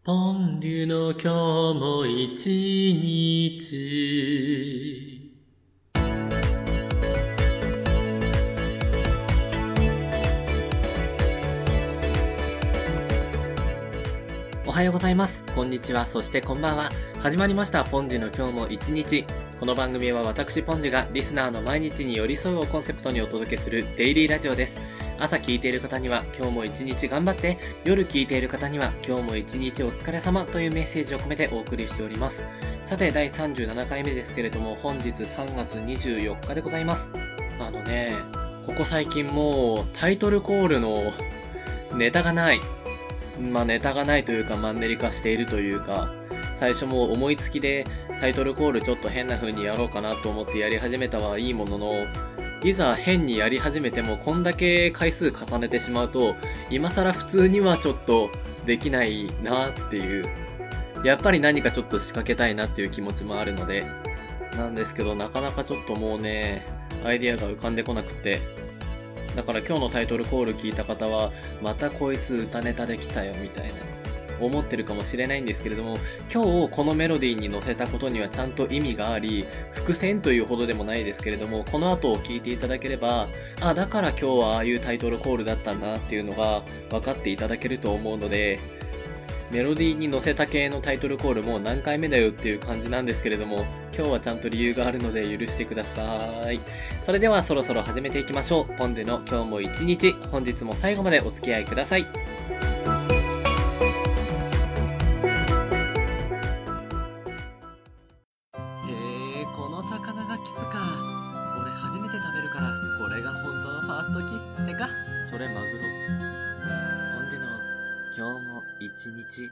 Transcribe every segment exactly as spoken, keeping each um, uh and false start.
ポンデュの今日も一日。おはようございます。こんにちは。そしてこんばんは。始まりましたポンデュの今日も一日。この番組は私ポンデュがリスナーの毎日に寄り添うをコンセプトにお届けするデイリーラジオです。朝聞いている方には今日も一日頑張って、夜聞いている方には今日も一日お疲れ様というメッセージを込めてお送りしております。さてだいさんじゅうななかいめですけれども、本日さんがつにじゅうよっかでございます。あのね、ここ最近もうタイトルコールのネタがない。まあネタがないというかマンネリ化しているというか、最初も思いつきでタイトルコールちょっと変な風にやろうかなと思ってやり始めたはいいものの、いざ変にやり始めてもこんだけ回数重ねてしまうと、今更普通にはちょっとできないなっていう、やっぱり何かちょっと仕掛けたいなっていう気持ちもあるのでなんですけど、なかなかちょっともうねアイディアが浮かんでこなくて、だから今日のタイトルコール聞いた方はまたこいつ歌ネタできたよみたいな思ってるかもしれないんですけれども、今日このメロディーに乗せたことにはちゃんと意味があり、伏線というほどでもないですけれども、この後を聞いていただければ、あ、だから今日はああいうタイトルコールだったんだなっていうのが分かっていただけると思うので、メロディーに乗せた系のタイトルコールも何回目だよっていう感じなんですけれども、今日はちゃんと理由があるので許してください。それではそろそろ始めていきましょう。ポンデの今日も一日、本日も最後までお付き合いください。この魚がキスか。俺初めて食べるから、これが本当のファーストキスってか。それマグロ。ポンデの今日も一日。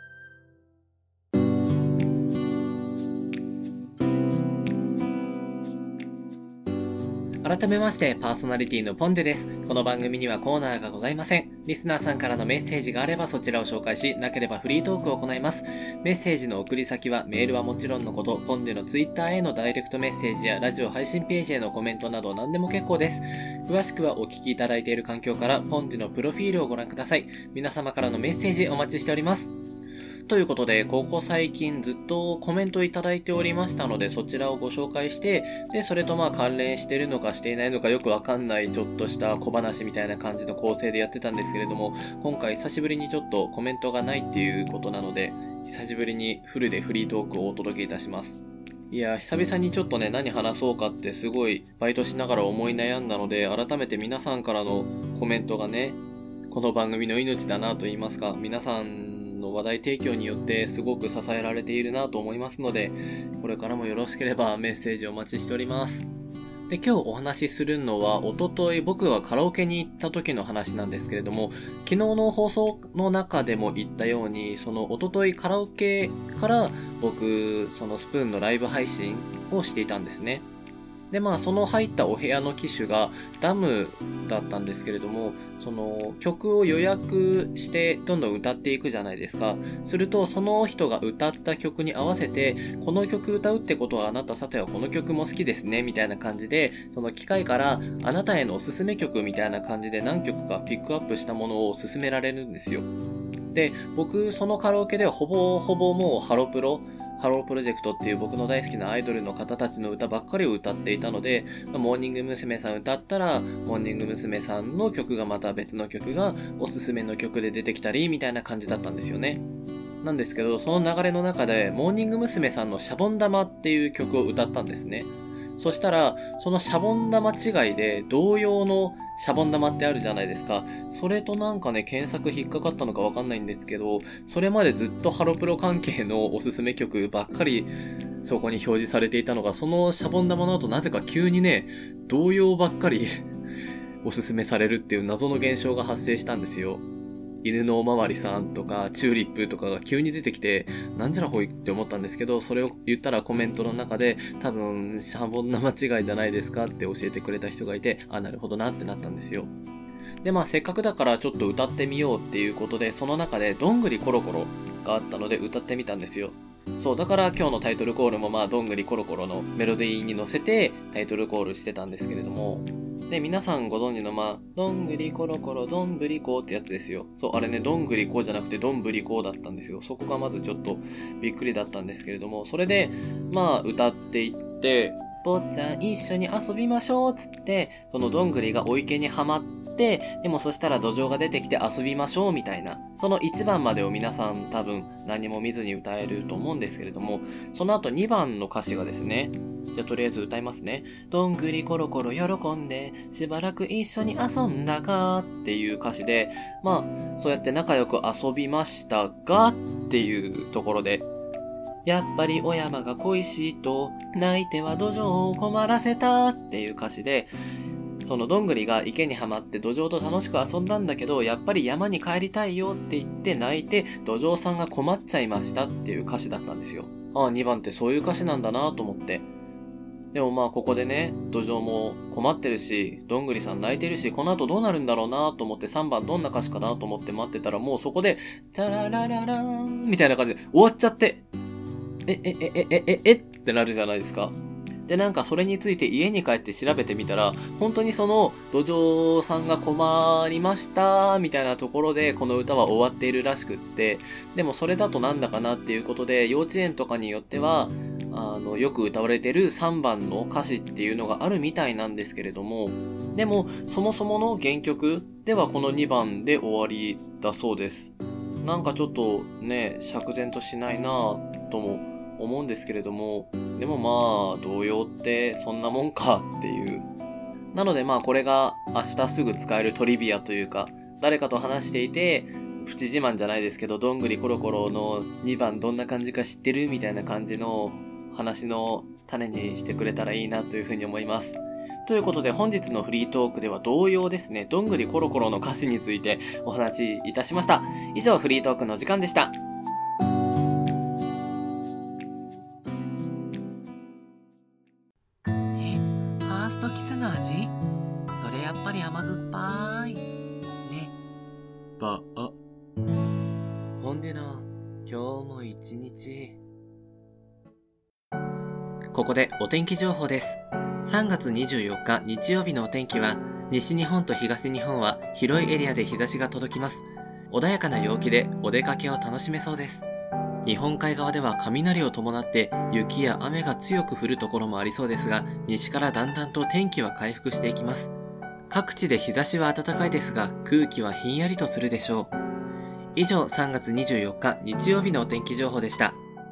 改めましてパーソナリティのポンデです。この番組にはコーナーがございません。リスナーさんからのメッセージがあればそちらを紹介し、なければフリートークを行います。メッセージの送り先はメールはもちろんのこと、ポンデのツイッターへのダイレクトメッセージやラジオ配信ページへのコメントなど何でも結構です。詳しくはお聞きいただいている環境からポンデのプロフィールをご覧ください。皆様からのメッセージお待ちしております。ということで、ここ最近ずっとコメントいただいておりましたので、そちらをご紹介して、で、それとまあ関連してるのかしていないのかよくわかんないちょっとした小話みたいな感じの構成でやってたんですけれども、今回久しぶりにちょっとコメントがないっていうことなので、久しぶりにフルでフリートークをお届けいたします。いや、久々にちょっとね、何話そうかってすごいバイトしながら思い悩んだので、改めて皆さんからのコメントがね、この番組の命だなと言いますか、皆さんの話題提供によってすごく支えられているなと思いますので、これからもよろしければメッセージお待ちしております。で、今日お話しするのは、おととい僕がカラオケに行った時の話なんですけれども、昨日の放送の中でも言ったように、そのおとといカラオケから僕、そのスプーンのライブ配信をしていたんですね。で、まあ、その入ったお部屋の機種がダムだったんですけれども、その曲を予約してどんどん歌っていくじゃないですか。すると、その人が歌った曲に合わせて、この曲歌うってことはあなたさてはこの曲も好きですね、みたいな感じで、その機械からあなたへのおすすめ曲みたいな感じで何曲かピックアップしたものを勧められるんですよ。で、僕、そのカラオケではほぼほぼもうハロプロ、ハロープロジェクトっていう僕の大好きなアイドルの方たちの歌ばっかりを歌っていたので、モーニング娘。さん歌ったら、モーニング娘。さんの曲がまた別の曲がおすすめの曲で出てきたり、みたいな感じだったんですよね。なんですけど、その流れの中で、モーニング娘。さんのシャボン玉っていう曲を歌ったんですね。そしたら、そのシャボン玉違いで同様のシャボン玉ってあるじゃないですか。それとなんかね、検索引っかかったのかわかんないんですけど、それまでずっとハロプロ関係のおすすめ曲ばっかりそこに表示されていたのが、そのシャボン玉の後なぜか急にね、同様ばっかりおすすめされるっていう謎の現象が発生したんですよ。犬のおまわりさんとかチューリップとかが急に出てきて、なんじゃらほいって思ったんですけど、それを言ったらコメントの中で多分シャボン玉違いじゃないですかって教えてくれた人がいて、あ、なるほどなってなったんですよ。で、まあせっかくだからちょっと歌ってみようっていうことで、その中でどんぐりコロコロがあったので歌ってみたんですよ。そう、だから今日のタイトルコールもまあどんぐりコロコロのメロディーに乗せてタイトルコールしてたんですけれども、 で、皆さんご存知の、まあ、どんぐりころころどんぶりこってやつですよ。そう、あれね、どんぐりこじゃなくてどんぶりこだったんですよ。そこがまずちょっとびっくりだったんですけれども、それで、まあ、歌っていって、坊ちゃん一緒に遊びましょうつって、そのどんぐりがお池にはまって、でもそしたら土壌が出てきて遊びましょうみたいな、そのいちばんまでを皆さん多分何も見ずに歌えると思うんですけれども、その後にばんの歌詞がですね、じゃあとりあえず歌いますね。どんぐりころころ喜んで、しばらく一緒に遊んだがっていう歌詞で、まあ、そうやって仲良く遊びましたがっていうところで、やっぱりお山が恋しいと、泣いては土壌を困らせたっていう歌詞で、そのどんぐりが池にはまって土壌と楽しく遊んだんだけど、やっぱり山に帰りたいよって言って泣いて、土壌さんが困っちゃいましたっていう歌詞だったんですよ。ああ、にばんってそういう歌詞なんだなと思って。でもまあここでね、土壌も困ってるし、どんぐりさん泣いてるし、この後どうなるんだろうなと思ってさんばんどんな歌詞かなと思って待ってたら、もうそこで、チャララララーンみたいな感じで終わっちゃって、え、え、え、え、え、え、えってなるじゃないですか。で、なんかそれについて家に帰って調べてみたら、本当にその土壌さんが困りましたみたいなところでこの歌は終わっているらしくって、でもそれだとなんだかなっていうことで、幼稚園とかによっては、あの、よく歌われてるさんばんの歌詞っていうのがあるみたいなんですけれども、でもそもそもの原曲ではこのにばんで終わりだそうです。なんかちょっとね、釈然としないなぁとも思うんですけれども、でもまあ童謡ってそんなもんかっていう。なのでまあこれが明日すぐ使えるトリビアというか、誰かと話していてプチ自慢じゃないですけど、どんぐりころころのにばんどんな感じか知ってるみたいな感じの話の種にしてくれたらいいなというふうに思います。ということで本日のフリートークでは童謡ですね、どんぐりころころの歌詞についてお話しいたしました。以上フリートークの時間でした。キスの味？それやっぱり甘酸っぱいね。ばあほんでな、今日も一日。ここでお天気情報です。さんがつにじゅうよっか日曜日のお天気は、西日本と東日本は広いエリアで日差しが届きます。穏やかな陽気でお出かけを楽しめそうです。日本海側では雷を伴って雪や雨が強く降るところもありそうですが、西からだんだんと天気は回復していきます。各地で日差しは暖かいですが、空気はひんやりとするでしょう。以上、さんがつにじゅうよっか日曜日のお天気情報でした。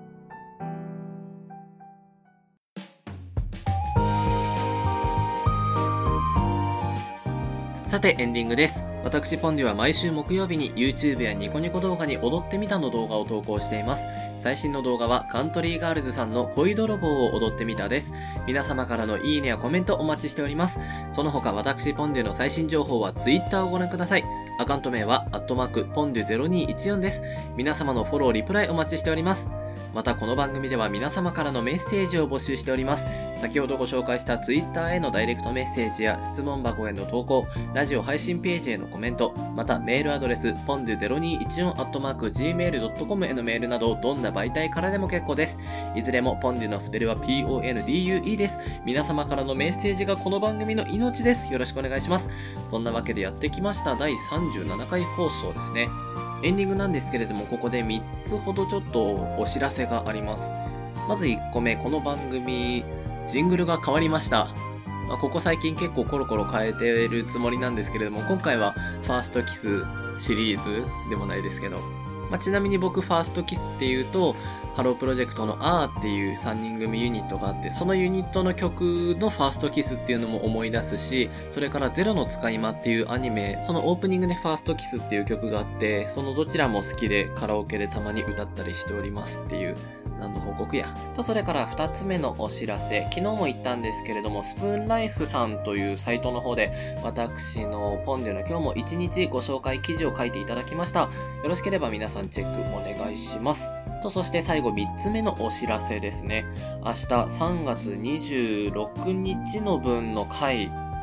さてエンディングです。私ポンデュは毎週木曜日に YouTube やニコニコ動画に踊ってみたの動画を投稿しています。最新の動画はカントリーガールズさんの恋泥棒を踊ってみたです。皆様からのいいねやコメントお待ちしております。その他私ポンデュの最新情報は Twitter をご覧ください。アカウント名はアットマークポンデュゼロにいちよんです。皆様のフォローリプライお待ちしております。またこの番組では皆様からのメッセージを募集しております。先ほどご紹介した Twitter へのダイレクトメッセージや質問箱への投稿、ラジオ配信ページへのコメント、またメールアドレス ポンデュゼロにいちよん アットマーク ジーメール ドットコム へのメールなど、どんな媒体からでも結構です。いずれもポンデュのスペルは ピーオーエヌディーユーイー です。皆様からのメッセージがこの番組の命です。よろしくお願いします。そんなわけでやってきましただいさんじゅうななかい放送ですね。エンディングなんですけれども、ここでみっつほどちょっとお知らせがあります。まずいっこめ、この番組ジングルが変わりました。まあ、ここ最近結構コロコロ変えてるつもりなんですけれども、今回はファーストキスシリーズでもないですけど、まあ、ちなみに僕ファーストキスっていうとハロープロジェクトのアーっていうさんにん組ユニットがあって、そのユニットの曲のファーストキスっていうのも思い出すし、それからゼロの使い魔っていうアニメ、そのオープニングでファーストキスっていう曲があって、そのどちらも好きでカラオケでたまに歌ったりしておりますっていう何の報告やと。それからふたつめのお知らせ、昨日も言ったんですけれども、スプーンライフさんというサイトの方で私のポンデュの今日も一日ご紹介記事を書いていただきました。よろしければ皆さんチェックお願いしますと。そして最後みっつめのお知らせですね。明日さんがつにじゅうろくにちの分の回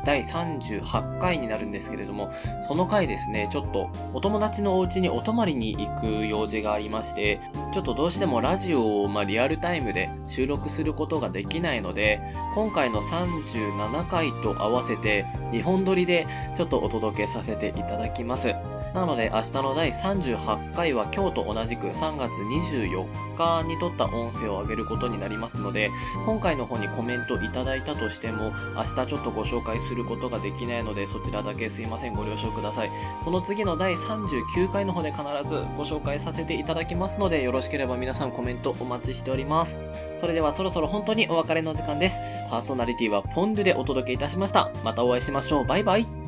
だいさんじゅうはちかいになるんですけれども、その回ですね、ちょっとお友達のお家にお泊まりに行く用事がありまして、ちょっとどうしてもラジオをまあリアルタイムで収録することができないので、今回のさんじゅうななかいと合わせてにほん撮りでちょっとお届けさせていただきます。なので明日のだいさんじゅうはちかいは今日と同じくさんがつにじゅうよっかに撮った音声を上げることになりますので、今回の方にコメントいただいたとしても明日ちょっとご紹介することができないので、そちらだけすいません、ご了承ください。その次のだいさんじゅうきゅうかいの方で必ずご紹介させていただきますので、よろしければ皆さんコメントお待ちしております。それではそろそろ本当にお別れの時間です。パーソナリティはポンドゥでお届けいたしました。またお会いしましょう。バイバイ。